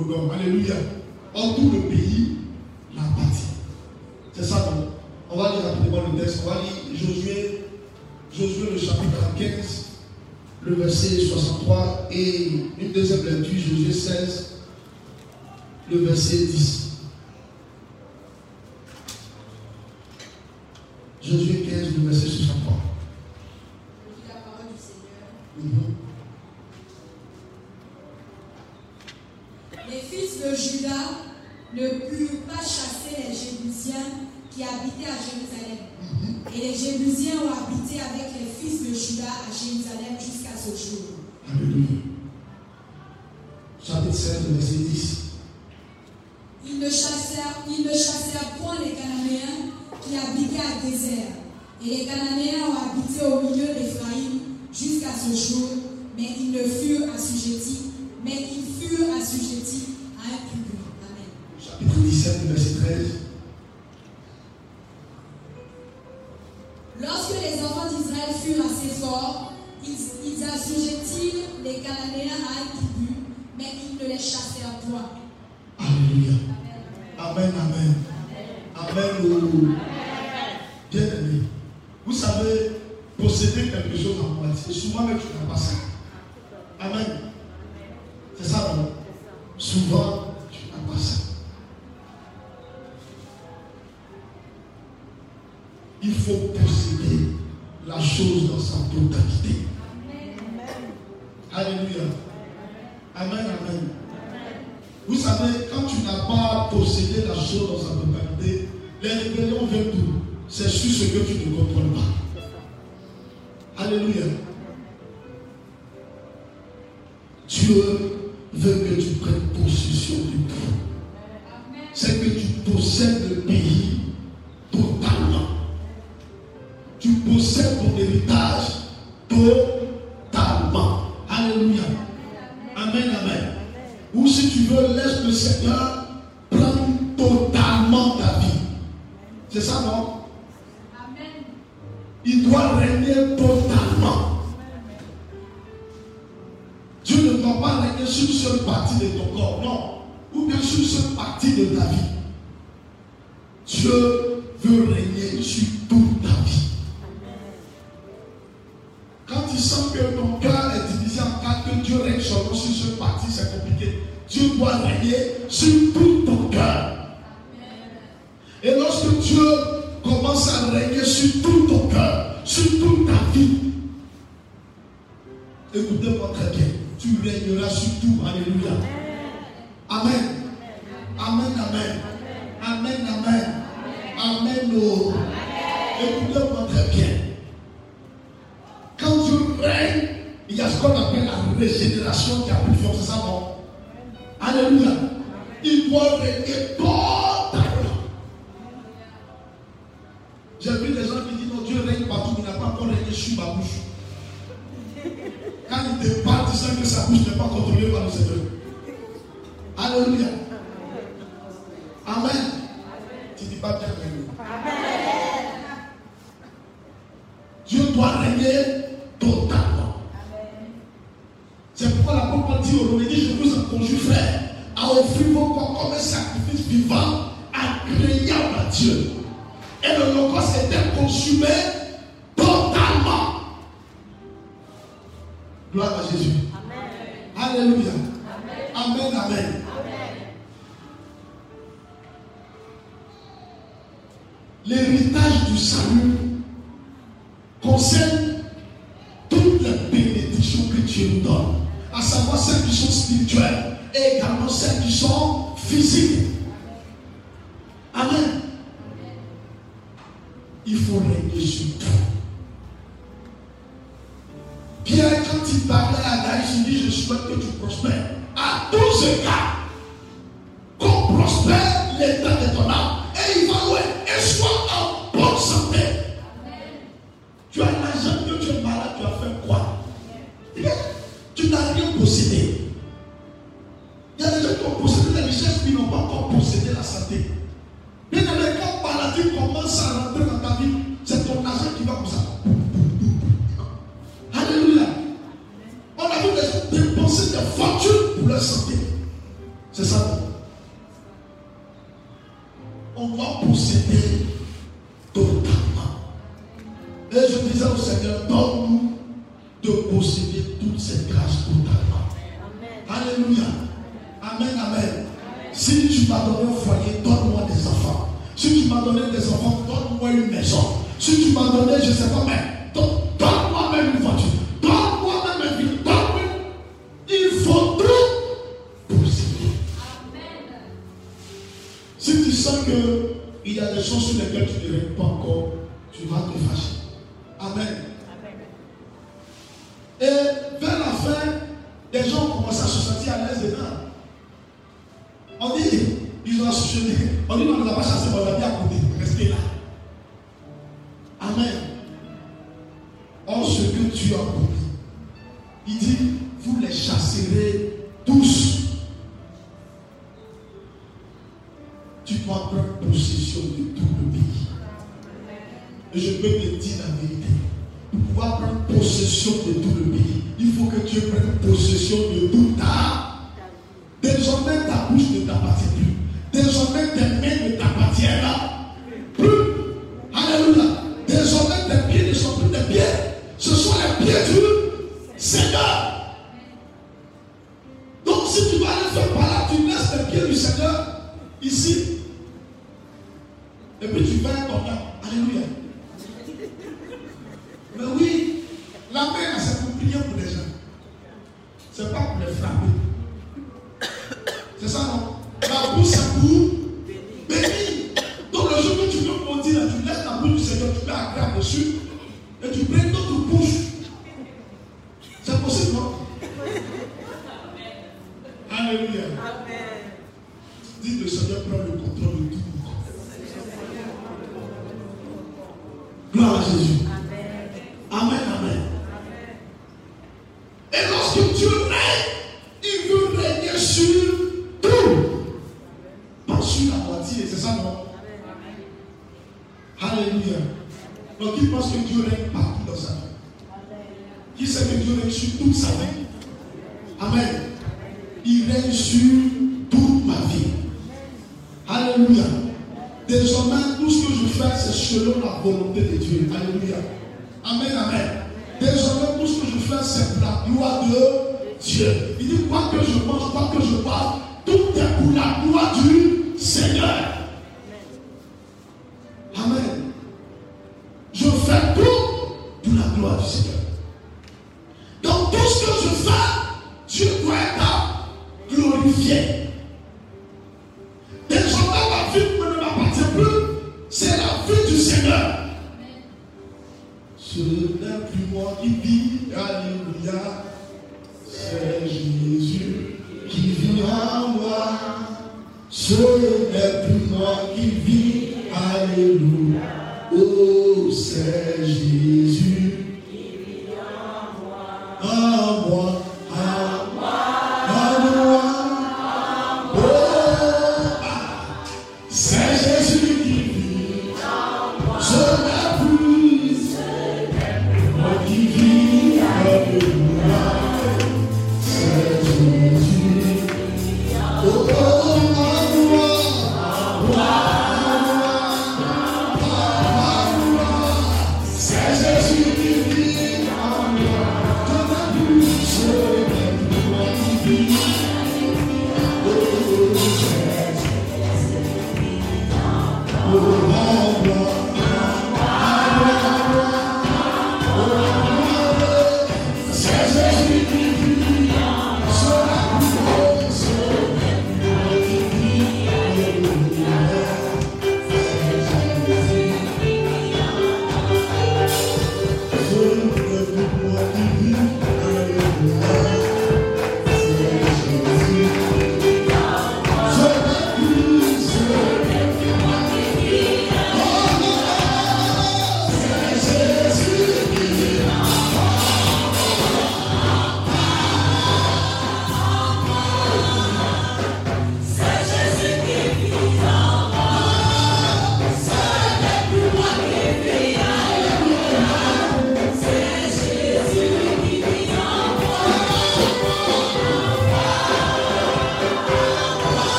au nord. Alléluia. Or, tout le pays l'a bâti. C'est ça, non? On va lire rapidement le texte. On va lire Josué le chapitre 15, le verset 63 et une deuxième lecture, Josué 16, le verset 10. Josué 15, le verset 63. Je lis la parole du Seigneur. Les fils de Juda ne purent pas chasser les Jébusiens qui habitaient à Jérusalem. Et les Jébusiens ont habité avec les fils de Juda à Jérusalem jusqu'à ce jour. Alléluia. Chapitre 16, verset 10. Ils ne chassèrent point les Cananéens qui habitaient à désert. Et les Cananéens ont habité au milieu d'Éphraïm jusqu'à ce jour, mais ils furent assujettis à un tribut. Amen. Chapitre 17, verset 13. Lorsque les enfants d'Israël furent assez forts, ils assujettirent les Cananéens à un tribut, mais ils ne les chassèrent point. Alléluia. Amen, amen. Amen. Bien aimé. Vous savez, posséder quelque chose en moitié, souvent même tu n'as pas ça. Amen. C'est ça, non? Souvent, tu n'as pas ça. Il faut posséder la chose dans sa totalité. Alléluia. Amen, amen. Vous savez, quand tu n'as pas possédé la chose dans sa totalité, les rébellions viennent d'où? C'est sur ce que tu ne contrôles pas. Alléluia. Dieu veut que tu prennes possession du tout. C'est que tu possèdes le pays totalement. Tu possèdes ton héritage totalement. Alléluia. Amen, amen. Ou si tu veux, laisse le Seigneur prendre totalement ta vie. C'est ça, non? Amen. Il doit régner totalement. Dieu ne doit pas régner sur une seule partie de ton corps, non. Ou bien sur une seule partie de ta vie. Dieu veut régner sur toute ta vie. Quand tu sens que ton cœur est divisé en quatre, que Dieu règne seulement sur une seule partie, c'est compliqué. Dieu doit régner sur tout ton cœur. Et lorsque Dieu commence à régner sur tout ton cœur, sur toute ta vie, écoutez-moi très bien, tu régneras sur tout. Alléluia. Amen. Amen, amen. Amen, amen. Amen. Oh. Écoutez-moi très bien. Quand Dieu règne, il y a ce qu'on appelle la régénération qui a plus fort, c'est ça, non? Alléluia. Il doit régner totalement. J'ai vu des gens qui disent non, Dieu règne partout, mais il n'a pas encore régné sur ma bouche. Quand il te parle, tu sens que sa bouche n'est pas contrôlée par le Seigneur. Alléluia. Amen. Tu ne dis pas bien régner. Dieu doit régner totalement. C'est pourquoi l'apôtre dit au Romains, je vous en conjure, frère, à offrir vos corps comme un sacrifice vivant, agréable à Dieu. Et le holocauste était consumé totalement. Gloire à Jésus. Amen. Alléluia. Amen, amen. Amen. L'héritage du salut concerne toutes les bénédictions que Dieu nous donne, à savoir celles qui sont spirituelles et également celles qui sont physiques. Amen. Il faut régner sur tout. Pierre, quand il parlait à Daïs, il dit, je souhaite que tu prospères. À tous égards, qu'on prospère l'état de ton âme. Et il va loin. Et sois en bonne santé. Tu as l'argent, que tu es malade, tu as fait quoi? Tu n'as rien possédé. Il y a des gens qui ont possédé la richesse, mais ils n'ont pas encore possédé la santé. Bien aimé, quand maladie commence à rentrer dans ta vie, c'est ton argent qui va comme ça. Alléluia. On a vu des gens dépenser des fortunes pour leur santé. C'est ça. On doit posséder totalement. Et je disais au Seigneur, donne-nous de posséder toutes ces grâces totalement. Amen. Alléluia. Amen, amen. Si tu m'as donné un foyer, donne-moi des enfants. Si tu m'as donné des enfants, donne-moi une maison. Si tu m'as donné, je ne sais pas, mais donne-moi même une voiture. Donne-moi même un vie. Donne-moi. Il faut tout posséder. Amen. Si tu sens qu'il y a des choses sur lesquelles tu ne règles pas encore, tu vas te fâcher. Amen. Et vers la fin, les gens ont commencé à se sentir à l'aise dedans. On dit, ils ont associé. On dit, on ne les a pas chassés, mais on l'a bien à côté. Restez là. Amen. Or, ce que tu as promis, il dit, vous les chasserez tous. Tu dois prendre possession de tout le pays. Et je peux te dire la vérité. Pour pouvoir prendre possession de tout le pays, il faut que tu prennes possession de tout ta. Désormais, ta bouche ne t'appartient plus. Désormais, tes mains ne t'appartiennent plus. Alléluia. Désormais, tes pieds ne sont plus tes pieds. Ce sont les pieds du Seigneur. Donc, si tu vas aller faire par là, tu laisses les pieds du Seigneur ici. Et puis tu vas être content. Alléluia. Mais oui, la main, c'est pour prier pour les gens. Ce n'est pas pour les frapper. C'est ça, non? La bouche, c'est pour bénir. Donc, le jour que tu veux maudire, tu laisses la bouche du Seigneur, tu mets la grappe dessus, et tu prends d'autres bouches. C'est possible, non? Alléluia. Amen. Dis le Seigneur prend le contrôle de tout. Gloire à Jésus. Amen, amen. Et lorsque Dieu règne, il veut régner sur tout. Pas sur la moitié, c'est ça, non? Alléluia. Donc il pense que Dieu règne partout dans sa vie. Qui sait que Dieu règne sur toute sa vie? Amen. Il règne sur toute ma vie. Alléluia. Désormais, tout ce que je fais, c'est selon la volonté de Dieu. Alléluia. Amen, amen. Désormais, tout ce que je fais, c'est pour la gloire de Dieu. Il dit, quoi que je mange, quoi que je parle, tout est pour la gloire du Seigneur. Amen. Je fais tout pour la gloire du Seigneur. Donc, tout ce que je fais, Dieu doit être glorifié. Désormais, ma vie ne m'appartient plus. C'est la vie du Seigneur. Ce n'est plus moi qui vis, alléluia. C'est Jésus qui vit en moi. Ce n'est plus moi qui vis, alléluia. Oh, c'est Jésus qui vit en moi. En moi.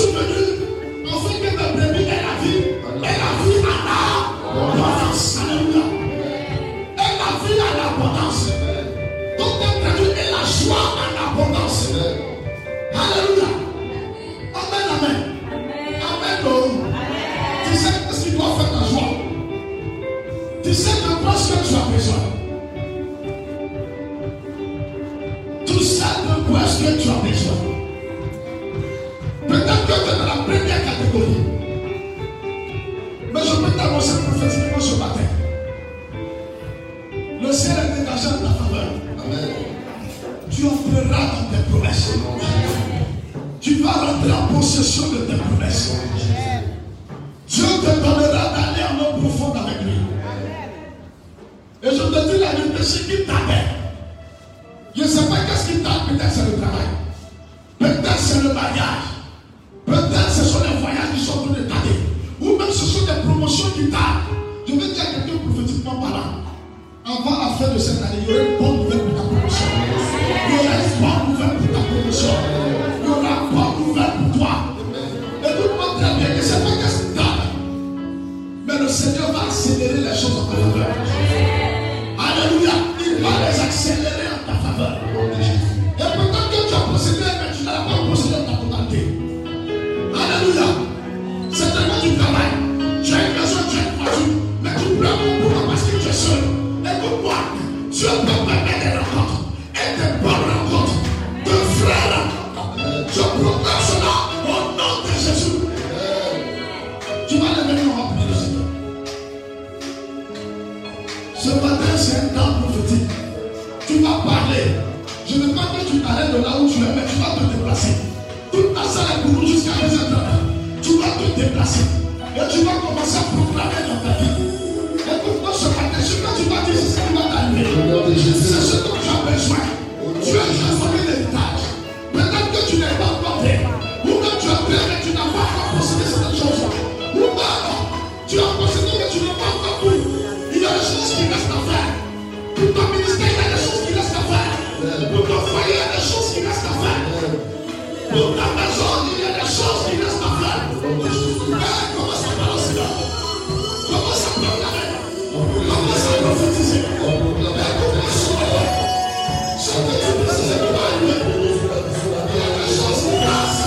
suis venu afin que ma brebis ait la vie en abondance. Alléluia. Et la vie en abondance. Donc elle traduit et la joie en abondance. Alléluia. Amen, amen. Amen. Oh. Tu sais ce qui doit faire ta joie. Tu sais de quoi ce que tu as besoin. Tu sais de quoi ce que tu as besoin. Peut-être que tu es dans la première catégorie. Mais je peux t'annoncer prophétiquement ce matin. Le ciel est dégagé en ta faveur. Amen. Tu entreras dans tes promesses. Tu vas rentrer en possession de tes promesses. Dieu te donnera d'aller en eau profonde avec lui. Et je te dis la vérité, ce qui t'appelle. Je ne sais pas qu'est-ce qui t'appelle. Peut-être c'est le travail. Peut-être c'est le mariage. Peut-être ce sont les voyages qui sont en train de t'aider. Ou même ce sont des promotions qui tardent. Je veux dire à quelqu'un prophétiquement parlant. Avant la fin de cette année, il y aura une bonne nouvelle pour ta promotion. Il y aura une bonne nouvelle pour ta promotion. Il y aura une bonne nouvelle pour toi. Écoute-moi très bien, je ne sais pas qu'est-ce qui tarde. Mais le Seigneur va accélérer les choses en ta faveur. Alléluia. Il va les accélérer en ta faveur. Et peut-être que tu as procédé, mais tu n'as pas procédé en ta totalité. Alléluia. C'est tellement du travail. Tu as une maison, tu as une voiture, mais tu pleures beaucoup parce que tu es seul. Écoute-moi, Dieu peut permettre des rencontres et des bonnes rencontres de frères. Je proclame cela au nom de Jésus. Tu vas les venir en prier le Seigneur. Ce matin, c'est un temps prophétique. Tu vas parler. Je ne veux pas que tu t'arrêtes de là où tu es, mais tu vas te déplacer. Toute ta salle est pour nous jusqu'à 2h30. Tu vas te déplacer. Et tu vas commencer à proclamer dans ta vie. Écoute-moi ce matin, ce que tu vas dire, c'est ce qui va t'arriver. C'est ce dont tu as besoin. Tu as transformé l'héritage. Peut-être que tu n'es pas encore prêt. Ou même tu as prêt, mais tu n'as pas encore possédé certaines choses. Ou même tu as possédé, mais tu n'as pas encore pris. Il y a des choses qui restent à faire. Pour ton ministère, il y a des choses qui restent à faire. Pour ton foyer, il y a des choses qui restent à faire. Pour ta maison, il y a des choses qui restent à faire. Commence à parler cela. Commence à proclamer. Commence à prophétiser. Ce que tu précises de toi, il y a des choses qui passent.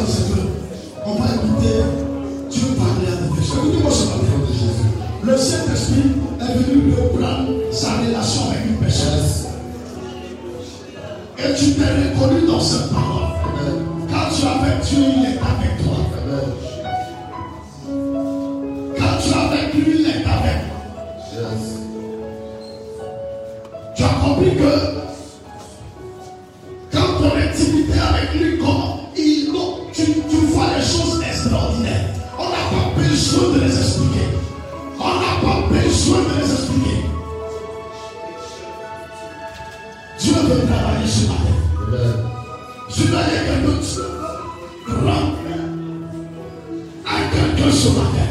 c'est qu'on va écouter Dieu parler à des personnes. Écoutez-moi ce matin. Le Saint-Esprit est venu reprendre sa relation avec une personne. Et tu t'es reconnu dans cette parole. Quand tu es avec Dieu, il est avec toi. Quand tu es avec lui, il est avec toi. Tu as compris que quand ton intimité avec lui, tu vois les choses extraordinaires. On n'a pas besoin de les expliquer. On n'a pas besoin de les expliquer. Dieu veut travailler ce matin. Je dois dire quelque chose. Rends à quelqu'un ce matin.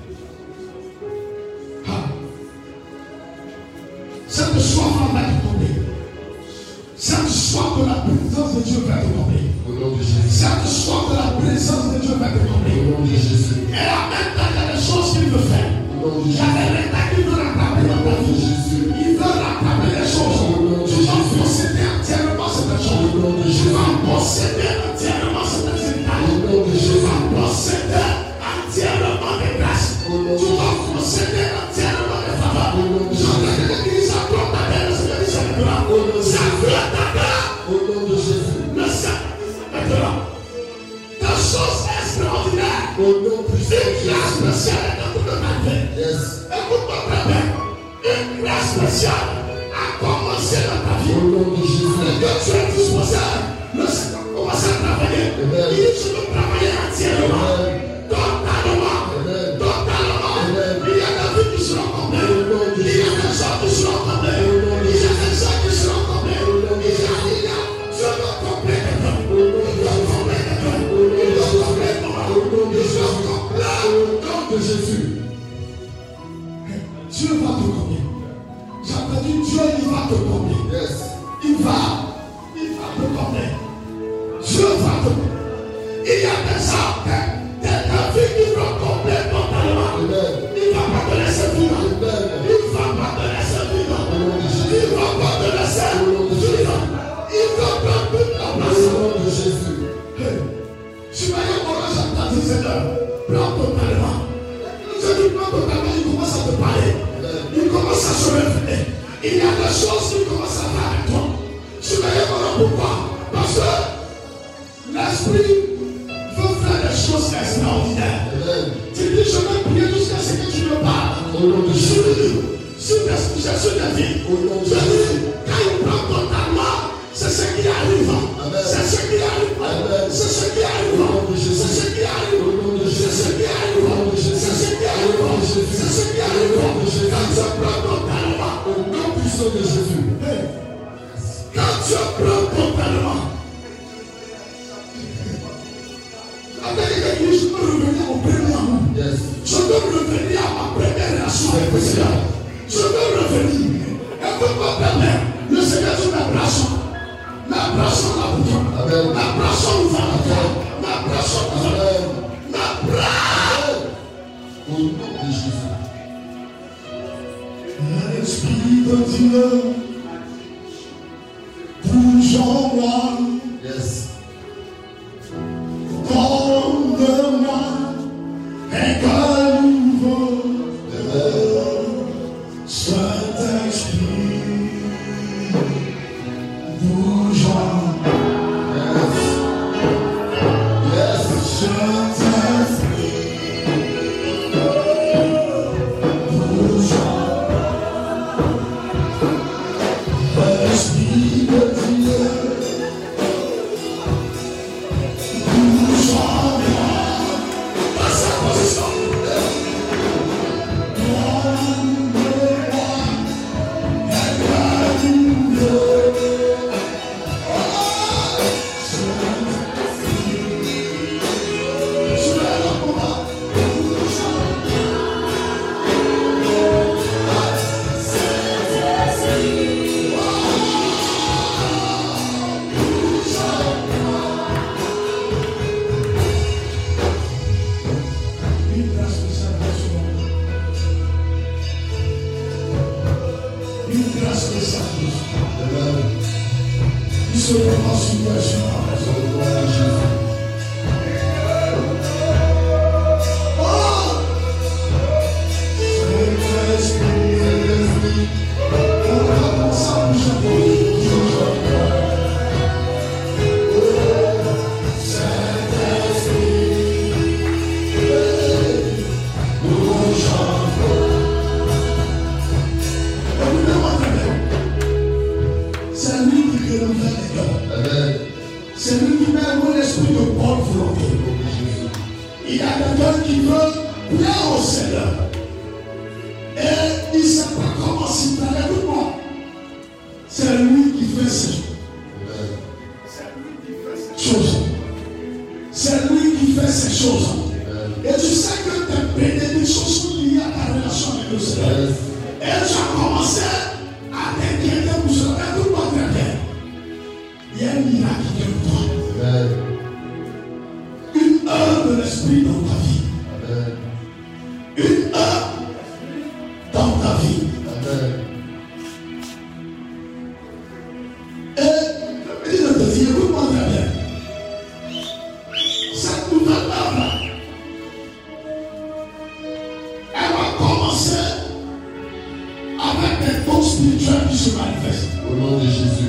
Cette soif va te tomber. Cette soif de la présence de Dieu va te tomber. Cette soif de la présence de Dieu va te tomber. Et en même temps, il y a des choses qu'il veut faire. Il y a des rétats qu'il veut rattraper dans ta vie. Il veut rattraper les choses. Tu vas posséder entièrement cette chose. Tu vas posséder entièrement cette héritage. Tu vas posséder entièrement des grâces. Tu vas posséder entièrement des faveurs. J'entends que l'église apprend ta terre, le Seigneur dit ça maintenant. Ça veut ta terre. Au nom de Jésus. Le Saint maintenant. Des choses extraordinaires. Une grâce spéciale est dans toute ta vie. Écoute-moi très bien. Une grâce spéciale a commencé dans ta vie. Et que tu es disposé, le Seigneur commence à travailler. Il dit tu veux travailler entièrement. Totalement. Il y a des vies qui seront comblées. Il y a des gens qui seront comblés. Il y a des gens qui seront comblés. Je veux combler quelqu'un. Je veux combler quelqu'un. Je veux combler moi. Je veux combler au nom de Jésus. Dieu va te combler. J'ai entendu Dieu, il va te combler. Il va te combler. Dieu va te combler. Il y a des gens, des vies qui vont combler totalement. Il ne va pas te laisser vivre. Il ne va pas te laisser vivre. Il ne va pas te laisser vivre. Il va prendre toute la place. Au nom de Jésus. Tu vas y avoir j'entends dit Seigneur, prends totalement. Je dis prends totalement, il commence à te parler. Il commence à se révéler. Il y a des choses qu'il commence à faire avec toi. Tu vas y avoir pourquoi? Parce que l'Esprit veut faire des choses extraordinaires. Tu dis, je vais prier jusqu'à ce que tu me parles. Sur ta vie. Je dis, quand il prend totalement, c'est ce qui arrive. C'est ce qui arrive. C'est ce qui arrive. C'est ce qui arrive. C'est ce qui arrive. C'est ce qui arrive. C'est ce qui arrive. Quand tu prends totalement, au nom puissant de Jésus. Quand tu prends totalement, je peux revenir au premier amour. Je peux revenir à ma première relation avec le Seigneur. Je peux revenir. Et pour me permettre, le Seigneur dit l'abration. L'abration la bouton. L'abration nous a la l'abration nous a l'abration. Au nom de Jésus. L'Esprit de Dieu bouge en moi. Donne-moi un cœur nouveau, Saint-Esprit, bouge en moi. Saint-Esprit, bouge en moi. L'Esprit de Dieu. volonté. Il y a quelqu'un qui veut plaire au Seigneur. Et il ne sait pas comment s'y plaire. Écoute-moi. C'est lui qui fait ces choses. C'est lui qui fait ces choses. Et tu sais que tes bénédictions sont liées à ta relation avec le Seigneur. Et tu as commencé à t'inquiéter pour cela. Écoute-moi très bien. Il y a un miracle qui est pour toi. Une heure de l'esprit dans ta vie. Une heure dans ta vie. Et il te dit, écoute-moi très bien. Cette nouvelle heure, elle va commencer avec des dons spirituels qui se manifestent. Au nom de Jésus.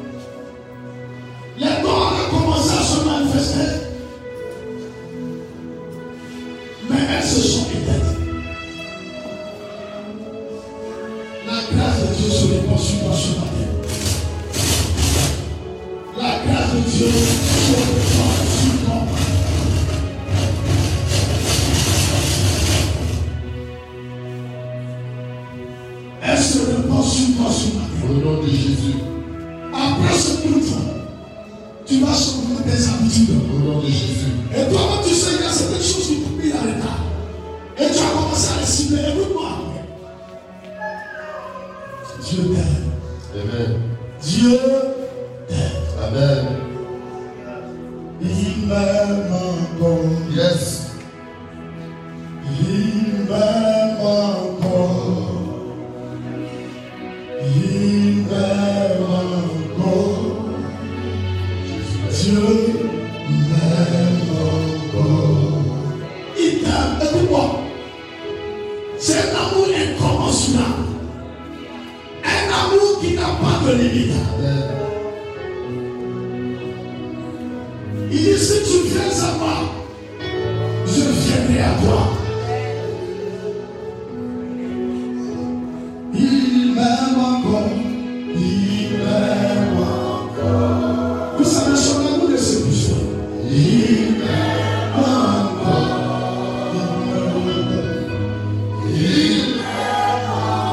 Les dons ont commencé à se manifester, mais elles se sont éteintes. La grâce de Dieu se répand sur toi ce matin. La grâce de Dieu se répand sur toi. Elle se répand sur toi ce matin. Au nom de Jésus. Après ce culte, tu vas changer tes habitudes. Au nom de Jésus. Et toi-même, tu sais, il y a certaines choses qui t'ont mis en retard. Et tu as commencé à les cibler. Écoute-moi. Dieu t'aime. Amen. Dieu t'aime. Amen. Il m'aime encore. Yes. Il m'aime encore. Il m'aime encore. Dieu m'aime encore. Il t'aime. Écoute-moi. C'est un amour incommensurable. Un amour qui n'a pas de limite. Amen. Il dit, si tu viens à moi, je viendrai à toi. Il m'aime encore. Il m'aime encore. Vous savez, son amour ne s'épuise pas. Il m'aime encore. Il m'aime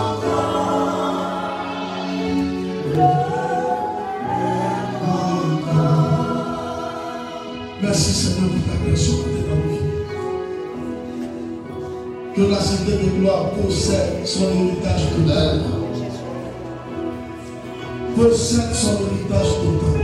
encore. Merci Seigneur pour ta grâce dans nos vies. Que la Sainte de gloire possède son héritage total. Possède son héritage total.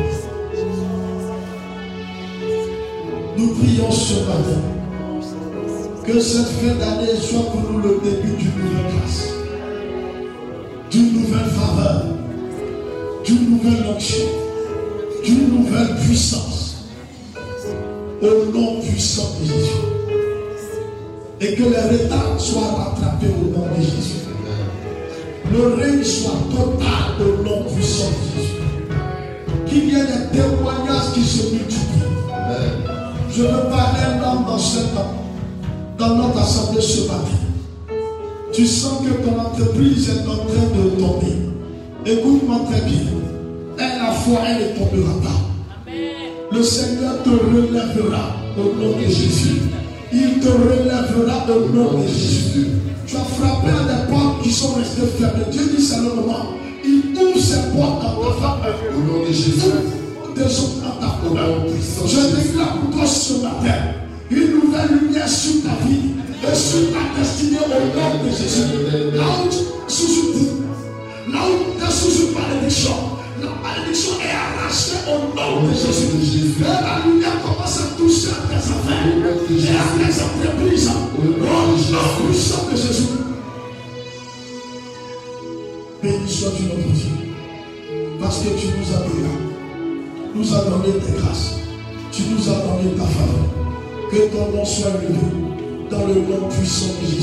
Nous prions ce matin que cette fin d'année soit pour nous le début d'une nouvelle grâce, d'une nouvelle faveur, d'une nouvelle onction, d'une nouvelle puissance. Au nom puissant de Jésus. Et que les retards soient rattrapés au nom de Jésus. Le règne soit total au nom puissant de Jésus. Qu'il y ait des témoignages qui se multiplient. Amen. Je veux parler un homme dans notre assemblée ce matin. Tu sens que ton entreprise est en train de tomber. Écoute-moi très bien. Et la foi, elle ne tombera pas. Le Seigneur te relèvera au nom de Jésus. Il te relèvera au nom de Jésus. Tu as frappé à des portes qui sont restées fermées. Dieu dit c'est le moment. Il ouvre ses portes dans ta famille. Au nom de Jésus. Des autres dans ta famille. Je déclare pour toi ce matin une nouvelle lumière sur ta vie et sur ta destinée au nom de Jésus. Là où tu es sous une vie, là où tu es sous une malédiction, la malédiction est arrachée au nom de Jésus. Et la lumière commence à toucher à tes affaires et à tes entreprises. Au nom puissant de Jésus. Béni sois-tu notre Dieu. Parce que tu nous as donné. Nous as donné tes grâces. Tu nous as donné ta faveur. Que ton nom soit élevé dans le nom puissant de Jésus.